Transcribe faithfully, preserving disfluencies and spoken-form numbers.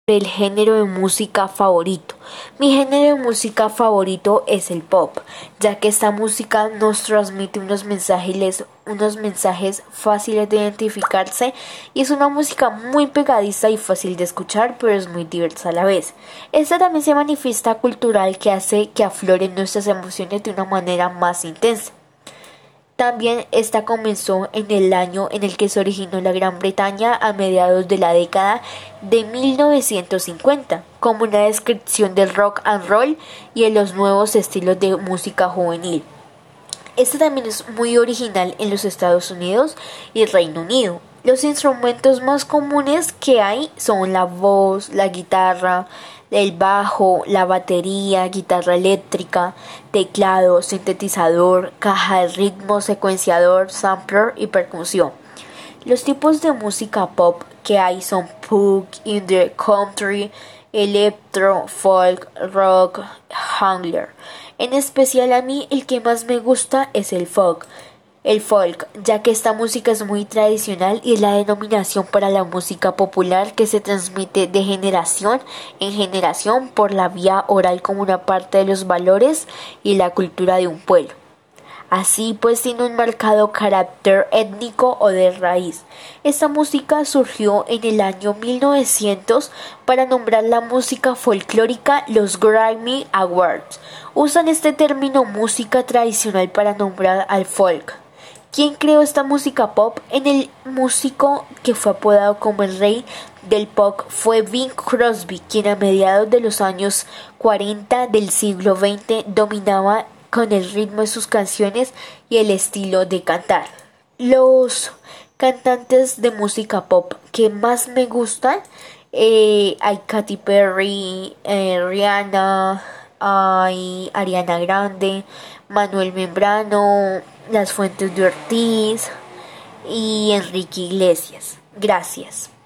El género de música favorito. Mi género de música favorito es el pop, ya que esta música nos transmite unos mensajes, unos mensajes fáciles de identificarse y es una música muy pegadiza y fácil de escuchar, pero es muy diversa a la vez. Esta también se manifiesta cultural que hace que afloren nuestras emociones de una manera más intensa. También esta comenzó en el año en el que se originó la Gran Bretaña a mediados de la década de mil novecientos cincuenta, como una descripción del rock and roll y de los nuevos estilos de música juvenil. Esta también es muy original en los Estados Unidos y el Reino Unido. Los instrumentos más comunes que hay son la voz, la guitarra, el bajo, la batería, guitarra eléctrica, teclado, sintetizador, caja de ritmo, secuenciador, sampler y percusión. Los tipos de música pop que hay son punk, indie, country, electro, folk, rock, jungler. En especial a mí el que más me gusta es el folk. El folk, ya que esta música es muy tradicional y es la denominación para la música popular que se transmite de generación en generación por la vía oral como una parte de los valores y la cultura de un pueblo. Así pues tiene un marcado carácter étnico o de raíz. Esta música surgió en el año mil novecientos para nombrar la música folclórica. Los Grammy Awards usan este término música tradicional para nombrar al folk. ¿Quién creó esta música pop? En el músico que fue apodado como el rey del pop fue Bing Crosby, quien a mediados de los años cuarenta del siglo veinte dominaba con el ritmo de sus canciones y el estilo de cantar. Los cantantes de música pop que más me gustan, eh, hay Katy Perry, eh, Rihanna, hay Ariana Grande, Manuel Membrano, Las Fuentes de Ortiz y Enrique Iglesias. Gracias.